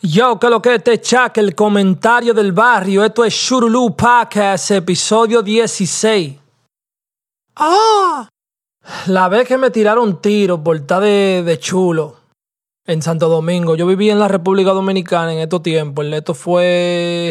Yo, que lo que te chaque, el comentario del barrio. Esto es Shurulú Podcast, episodio 16. ¡Ah! La vez que me tiraron tiro por estar de chulo en Santo Domingo. Yo viví en la República Dominicana en estos tiempos. Esto fue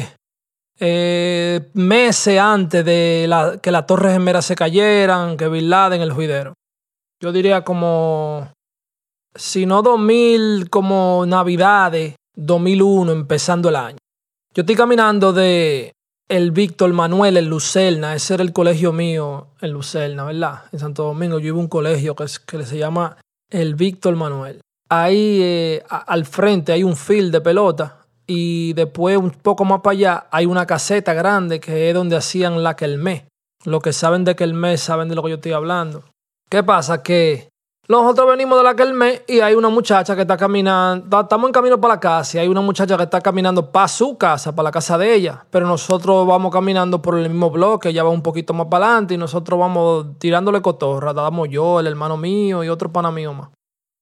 meses antes de que las Torres Gemelas se cayeran, que Bin Laden, el juidero. Yo diría como, si no 2000, como Navidades, 2001, empezando el año. Yo estoy caminando de el Víctor Manuel en Lucerna. Ese era el colegio mío en Lucerna, ¿verdad? En Santo Domingo yo iba a un colegio que se llama el Víctor Manuel. Ahí al frente hay un field de pelota y después un poco más para allá hay una caseta grande que es donde hacían la kermés. Los que saben de kermés saben de lo que yo estoy hablando. ¿Qué pasa? Que nosotros venimos de la kermés y hay una muchacha que está caminando, estamos en camino para la casa y hay una muchacha que está caminando para su casa, para la casa de ella, pero nosotros vamos caminando por el mismo bloque, ella va un poquito más para adelante y nosotros vamos tirándole cotorra, damos yo, el hermano mío y otro pana mío más.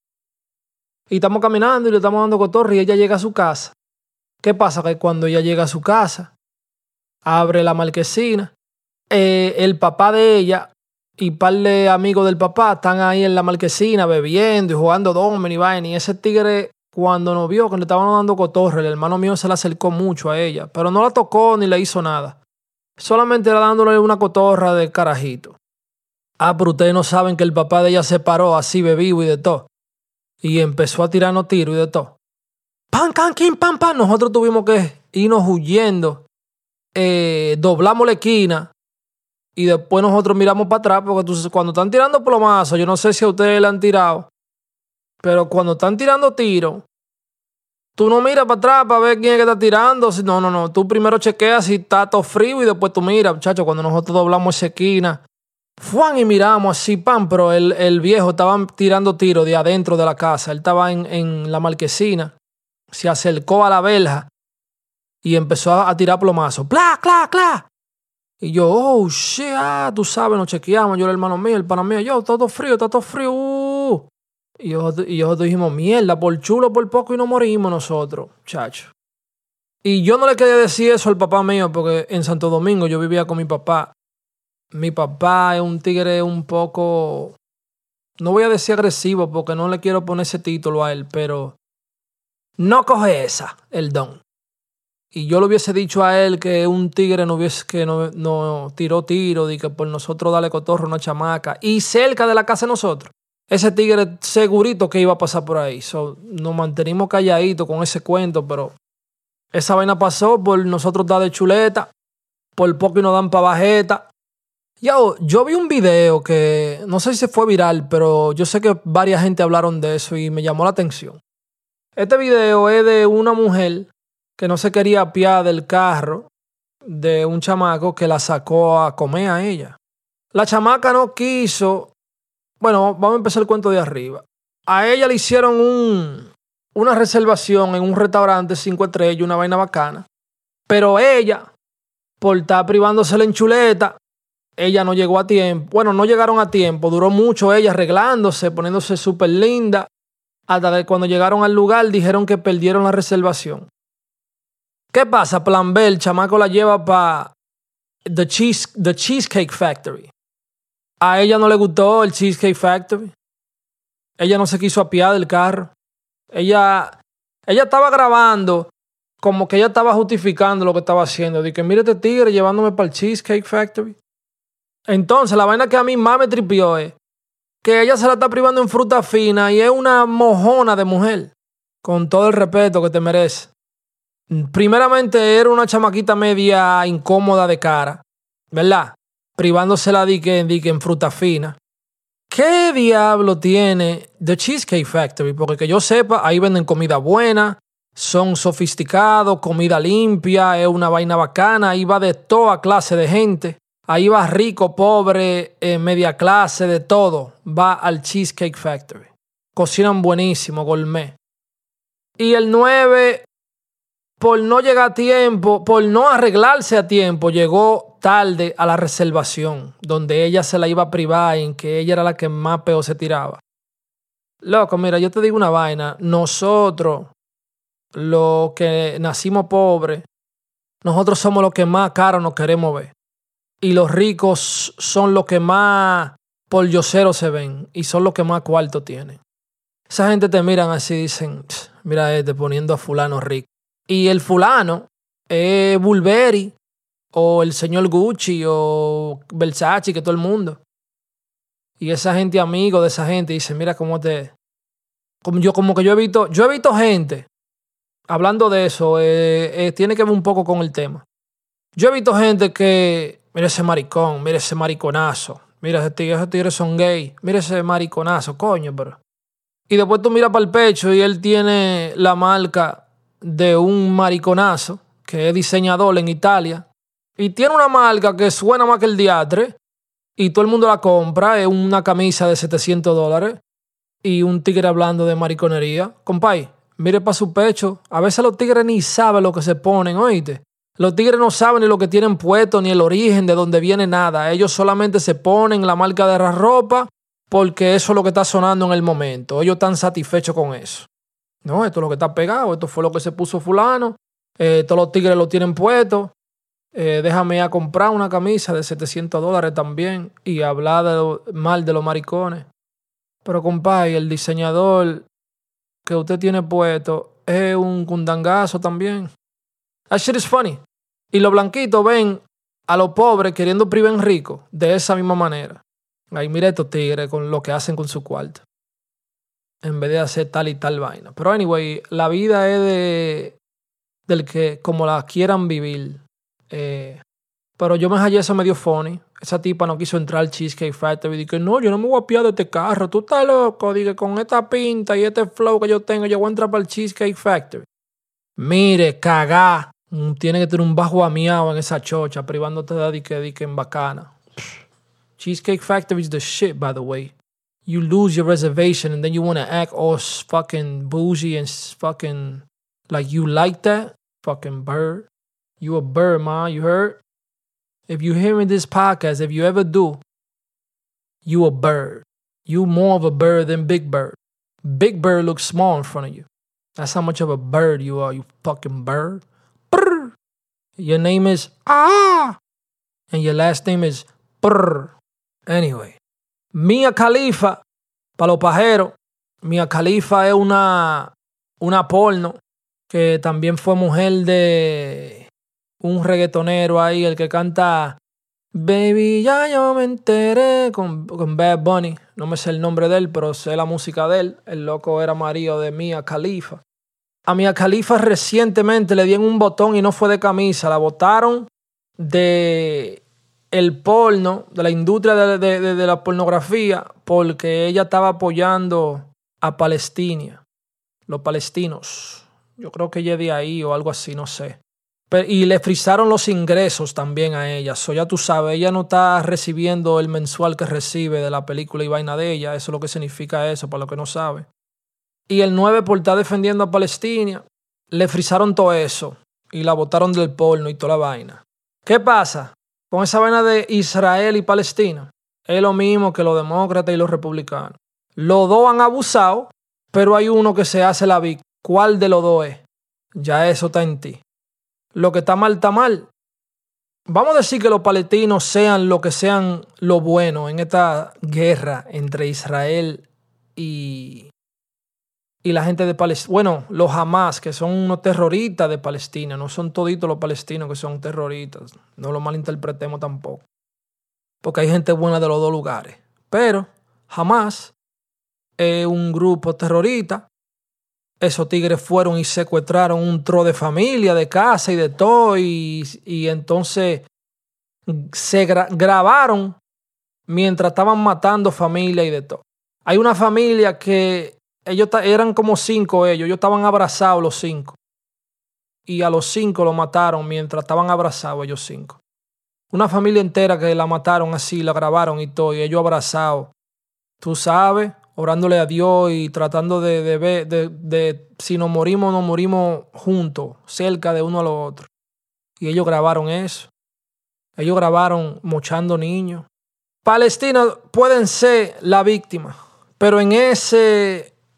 Y estamos caminando y le estamos dando cotorra y ella llega a su casa. ¿Qué pasa? Que cuando ella llega a su casa, abre la marquesina, el papá de ella y un par de amigos del papá están ahí en la marquesina bebiendo y jugando dominó y vaina. Y ese tigre, cuando nos vio que le estaban dando cotorra, el hermano mío se le acercó mucho a ella, pero no la tocó ni le hizo nada. Solamente era dándole una cotorra de carajito. Pero ustedes no saben que el papá de ella se paró así bebido y de todo. Y empezó a tirarnos tiros y de todo. ¡Pam, can, quim, pam, pam! Nosotros tuvimos que irnos huyendo. Doblamos la esquina. Y después nosotros miramos para atrás, porque cuando están tirando plomazos, yo no sé si a ustedes le han tirado, pero cuando están tirando tiros, tú no miras para atrás para ver quién es que está tirando. No. Tú primero chequeas si está todo frío y después tú miras, muchachos. Cuando nosotros doblamos esa esquina, ¡fuan! Y miramos así, ¡pam! Pero el viejo estaba tirando tiros de adentro de la casa. Él estaba en la marquesina, se acercó a la verja y empezó a tirar plomazos. ¡Cla, cla, cla! Y yo, oh, shit, tú sabes, nos chequeamos, yo el hermano mío, el pana mío, está todo frío. Y nosotros dijimos, mierda, por chulo, por poco y no morimos nosotros, chacho. Y yo no le quería decir eso al papá mío, porque en Santo Domingo yo vivía con mi papá. Mi papá es un tigre un poco, no voy a decir agresivo, porque no le quiero poner ese título a él, pero no coge esa, el don. Y yo le hubiese dicho a él que un tigre no tiró tiro y que por nosotros darle cotorro a una chamaca y cerca de la casa de nosotros. Ese tigre segurito que iba a pasar por ahí. Nos mantenimos calladitos con ese cuento, pero esa vaina pasó por nosotros dar de chuleta, por poco y nos dan pa' bajeta. Yo vi un video que no sé si se fue viral, pero yo sé que varias gente hablaron de eso y me llamó la atención. Este video es de una mujer que no se quería apiar del carro de un chamaco que la sacó a comer a ella. La chamaca no quiso. Bueno, vamos a empezar el cuento de arriba. A ella le hicieron una reservación en un restaurante 5 estrellas, una vaina bacana. Pero ella, por estar privándose la enchuleta, ella no llegó a tiempo. Bueno, no llegaron a tiempo. Duró mucho ella arreglándose, poniéndose súper linda. Hasta que cuando llegaron al lugar dijeron que perdieron la reservación. ¿Qué pasa? Plan B, el chamaco la lleva para the Cheesecake Factory. A ella no le gustó el Cheesecake Factory. Ella no se quiso apiar del carro. Ella estaba grabando como que ella estaba justificando lo que estaba haciendo. De que mire este tigre llevándome para el Cheesecake Factory. Entonces la vaina que a mí más me tripió es que ella se la está privando en fruta fina y es una mojona de mujer. Con todo el respeto que te merece. Primeramente era una chamaquita media incómoda de cara, ¿verdad? Privándosela de que en fruta fina. ¿Qué diablo tiene The Cheesecake Factory? Porque que yo sepa, ahí venden comida buena, son sofisticados, comida limpia, es una vaina bacana, ahí va de toda clase de gente. Ahí va rico, pobre, media clase, de todo. Va al Cheesecake Factory. Cocinan buenísimo, gourmet. Y el 9... por no llegar a tiempo, por no arreglarse a tiempo, llegó tarde a la reservación, donde ella se la iba a privar en que ella era la que más peor se tiraba. Loco, mira, yo te digo una vaina. Nosotros los que nacimos pobres, nosotros somos los que más caros nos queremos ver. Y los ricos son los que más polloceros se ven y son los que más cuarto tienen. Esa gente te miran así y dicen, mira poniendo a fulano rico. Y el fulano es Burberry o el señor Gucci o Versace, que todo el mundo. Y esa gente, amigo de esa gente, dice, mira cómo te... Como que yo he visto gente, hablando de eso, tiene que ver un poco con el tema. Yo he visto gente que, mira ese maricón, mira ese mariconazo, mira esos tigres son gay, mira ese mariconazo, coño, bro. Y después tú miras para el pecho y él tiene la marca de un mariconazo, que es diseñador en Italia, y tiene una marca que suena más que el diatre, y todo el mundo la compra, es una camisa de $700, y un tigre hablando de mariconería. Compay, mire para su pecho. A veces los tigres ni saben lo que se ponen, ¿oíste? Los tigres no saben ni lo que tienen puesto, ni el origen de dónde viene nada. Ellos solamente se ponen la marca de la ropa porque eso es lo que está sonando en el momento. Ellos están satisfechos con eso. No, esto es lo que está pegado, esto fue lo que se puso fulano. Todos los tigres lo tienen puesto. Déjame ir a comprar una camisa de $700 también y hablar mal de los maricones. Pero compadre, el diseñador que usted tiene puesto es un cundangazo también. That shit is funny. Y los blanquitos ven a los pobres queriendo privar ricos de esa misma manera. Ay, mira estos tigres con lo que hacen con su cuarto. En vez de hacer tal y tal vaina. Pero anyway, la vida es del que como la quieran vivir. Pero yo me hallé eso medio funny. Esa tipa no quiso entrar al Cheesecake Factory. Dije, no, yo no me voy a piar de este carro. Tú estás loco. Dije, con esta pinta y este flow que yo tengo, yo voy a entrar para el Cheesecake Factory. Mire, cagá. Tiene que tener un bajo amiado en esa chocha, privándote de que en bacana. Cheesecake Factory is the shit, by the way. You lose your reservation and then you want to act all fucking bougie and fucking like you like that? Fucking bird. You a bird, ma. You heard? If you hearing this podcast, if you ever do, you a bird. You more of a bird than Big Bird. Big Bird looks small in front of you. That's how much of a bird you are, you fucking bird. Brr. Your name is Ah. And your last name is Brr. Anyway. Mia Khalifa, para los pajeros. Mia Khalifa es una porno que también fue mujer de un reggaetonero ahí, el que canta Baby, ya yo me enteré con Bad Bunny. No me sé el nombre de él, pero sé la música de él. El loco era marido de Mia Khalifa. A Mia Khalifa recientemente le dieron un botón y no fue de camisa. La botaron de el porno, de la industria de la pornografía, porque ella estaba apoyando a Palestina, los palestinos. Yo creo que ella es de ahí o algo así, no sé. Y le frizaron los ingresos también a ella. So, ya tú sabes, ella no está recibiendo el mensual que recibe de la película y vaina de ella. Eso es lo que significa eso, para los que no saben. Y el 9 por estar defendiendo a Palestina, le frizaron todo eso. Y la botaron del porno y toda la vaina. ¿Qué pasa con esa vaina de Israel y Palestina? Es lo mismo que los demócratas y los republicanos. Los dos han abusado, pero hay uno que se hace la víctima. ¿Cuál de los dos es? Ya eso está en ti. Lo que está mal, está mal. Vamos a decir que los palestinos sean lo que sean lo bueno en esta guerra entre Israel y la gente de Palestina. Bueno, los Hamas, que son unos terroristas de Palestina. No son toditos los palestinos que son terroristas. No lo malinterpretemos tampoco. Porque hay gente buena de los dos lugares. Pero Hamas es un grupo terrorista. Esos tigres fueron y secuestraron un tro de familia, de casa y de todo. Y entonces se grabaron mientras estaban matando familia y de todo. Hay una familia que ellos eran como 5 ellos estaban abrazados los 5. Y a los 5 lo mataron mientras estaban abrazados ellos 5. Una familia entera que la mataron así, la grabaron y todo, y ellos abrazados. Tú sabes, orándole a Dios y tratando de ver si nos morimos juntos, cerca de uno a los otros. Y ellos grabaron eso. Ellos grabaron mochando niños. Palestina pueden ser la víctima, pero en ese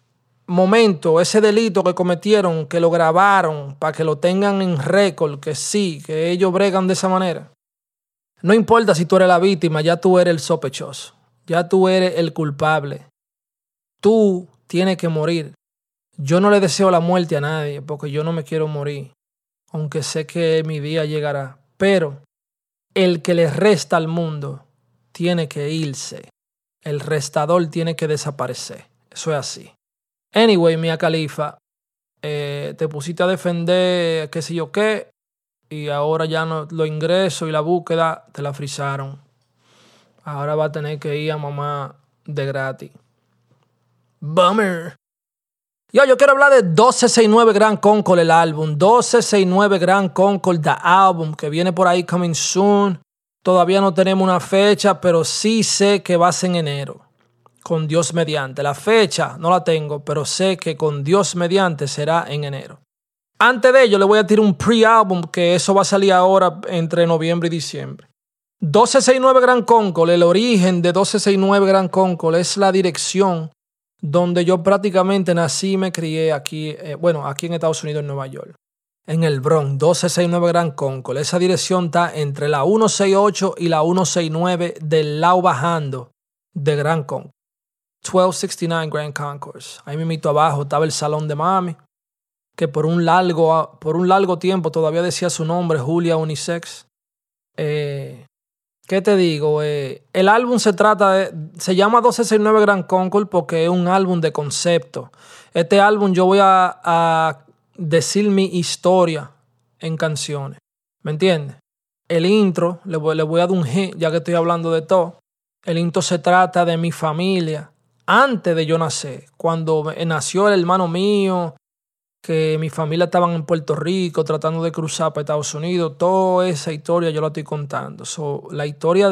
momento, ese delito que cometieron, que lo grabaron para que lo tengan en récord, que sí, que ellos bregan de esa manera. No importa si tú eres la víctima, ya tú eres el sospechoso, ya tú eres el culpable. Tú tienes que morir. Yo no le deseo la muerte a nadie porque yo no me quiero morir, aunque sé que mi día llegará. Pero el que le resta al mundo tiene que irse. El restador tiene que desaparecer. Eso es así. Anyway, Mia Khalifa, te pusiste a defender qué sé yo qué y ahora ya no, los ingresos y la búsqueda te la frizaron. Ahora va a tener que ir a mamá de gratis. Bummer. Yo quiero hablar de 1269 Grand Concord, el álbum. 1269 Grand Concord, the album, que viene por ahí coming soon. Todavía no tenemos una fecha, pero sí sé que va a ser en enero. Con Dios mediante. La fecha no la tengo, pero sé que con Dios mediante será en enero. Antes de ello, le voy a tirar un pre-álbum que eso va a salir ahora entre noviembre y diciembre. 1269 Grand Concord, el origen de 1269 Grand Concord es la dirección donde yo prácticamente nací y me crié aquí, aquí en Estados Unidos, en Nueva York. En el Bronx, 1269 Grand Concord. Esa dirección está entre la 168 y la 169 del lado bajando de Grand Concord. 1269 Grand Concourse. Ahí mismo abajo estaba el salón de mami, que por un largo tiempo todavía decía su nombre, Julia Unisex. ¿Qué te digo? El álbum se llama 1269 Grand Concord porque es un álbum de concepto. Este álbum yo voy a decir mi historia en canciones. ¿Me entiendes? El intro, le voy a dar un hit, ya que estoy hablando de todo. El intro se trata de mi familia. Antes de yo nacer, cuando nació el hermano mío, que mi familia estaban en Puerto Rico tratando de cruzar para Estados Unidos, toda esa historia yo la estoy contando. La historia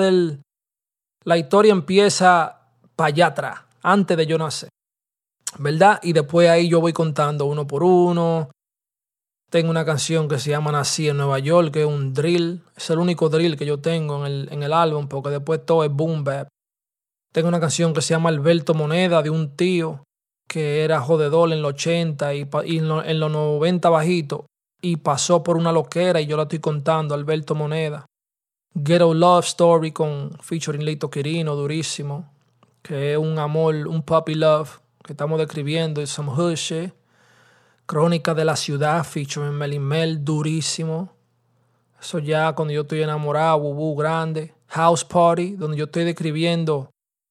empieza para allá atrás, antes de yo nacer, ¿verdad? Y después ahí yo voy contando uno por uno. Tengo una canción que se llama Nací en Nueva York, que es un drill. Es el único drill que yo tengo en el álbum, porque después todo es boom bap. Tengo una canción que se llama Alberto Moneda, de un tío que era jodedor en los 80 y en los 90 bajito, y pasó por una loquera y yo la estoy contando, Alberto Moneda. Ghetto Love Story con featuring Lito Quirino, durísimo, que es un amor, un puppy love que estamos describiendo, y some hood shit. Crónica de la ciudad featuring Melimel, durísimo. Eso ya cuando yo estoy enamorado, Bubu grande. House Party, donde yo estoy describiendo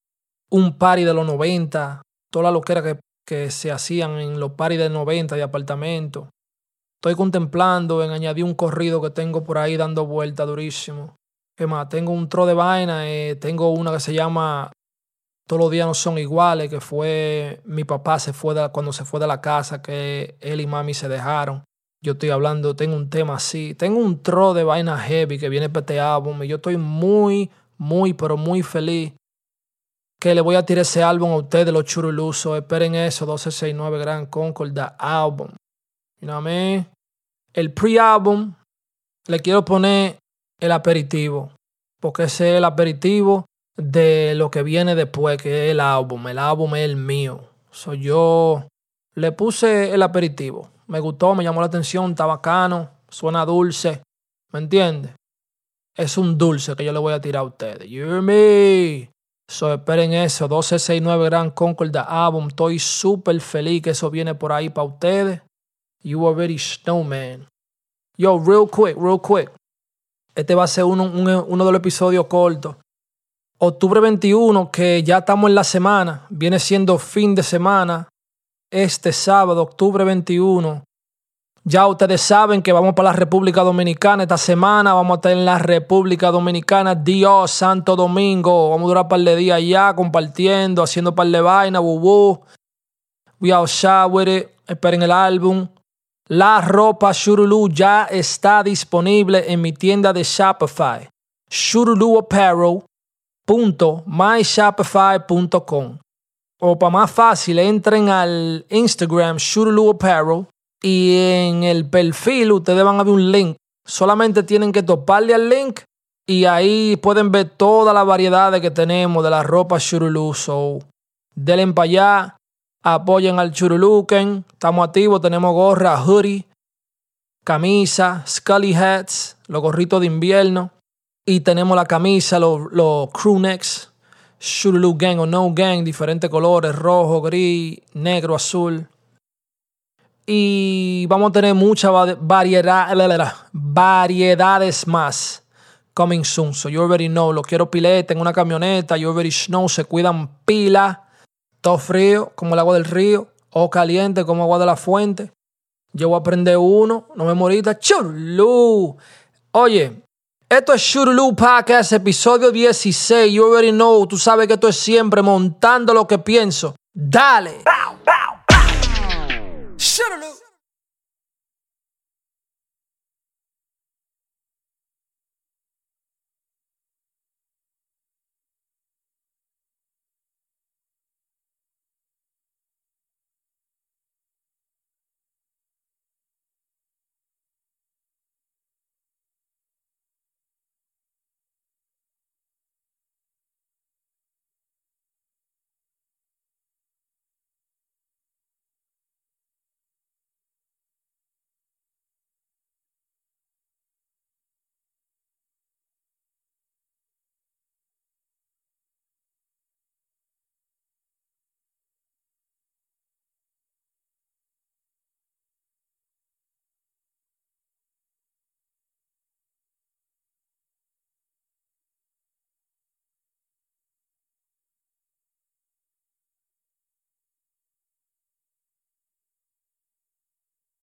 un party de los 90, toda la loquera que se hacían en los parties de 90 de apartamento. Estoy contemplando en añadir un corrido que tengo por ahí dando vuelta durísimo. ¿Qué más? Tengo un tro de vaina, tengo una que se llama Todos los días no son iguales, que fue mi papá cuando se fue de la casa, que él y mami se dejaron. Yo estoy hablando, tengo un tema así. Tengo un tro de vaina heavy que viene para este álbum y yo estoy muy, pero muy feliz que le voy a tirar ese álbum a ustedes, los churulusos. Esperen eso, 1269 Grand Concord, the album. You know what I mean? El pre-álbum le quiero poner el aperitivo, porque ese es el aperitivo de lo que viene después, que es el álbum. El álbum es el mío. Yo le puse el aperitivo. Me gustó, me llamó la atención, está bacano, suena dulce. ¿Me entiendes? Es un dulce que yo le voy a tirar a ustedes. You hear me? Esperen eso, 1269 Grand Concord, the album. Estoy súper feliz que eso viene por ahí para ustedes. You already know, man. Yo, real quick. Este va a ser uno de los episodios cortos. Octubre 21, que ya estamos en la semana, viene siendo fin de semana. Este sábado, octubre 21. Ya ustedes saben que vamos para la República Dominicana. Esta semana vamos a estar en la República Dominicana. Dios, Santo Domingo. Vamos a durar un par de días allá compartiendo, haciendo un par de vainas, bubú. We outside with it. Esperen el álbum. La ropa Shurulu ya está disponible en mi tienda de Shopify. shuruluapparel.myshopify.com. O para más fácil, entren al Instagram Shurulu Apparel y en el perfil ustedes van a ver un link. Solamente tienen que toparle al link y ahí pueden ver toda la variedad que tenemos de la ropa Shurulu. So, denle para allá. Apoyen al Churuluken. Estamos activos. Tenemos gorra, hoodie, camisa, Scully hats, los gorritos de invierno. Y tenemos la camisa, los crew necks. Churulu Gang o No Gang, diferentes colores, rojo, gris, negro, azul. Y vamos a tener muchas variedades más coming soon. So you already know. Lo quiero pileta en una camioneta. You already know. Se cuidan pila. Todo frío como el agua del río. O caliente como agua de la fuente. Yo voy a prender uno. No me morita. Churulu. Oye. Esto es Churulu Podcast, episodio 16. You already know. Tú sabes que esto es siempre montando lo que pienso. ¡Dale! Bow, bow, bow. Churulu.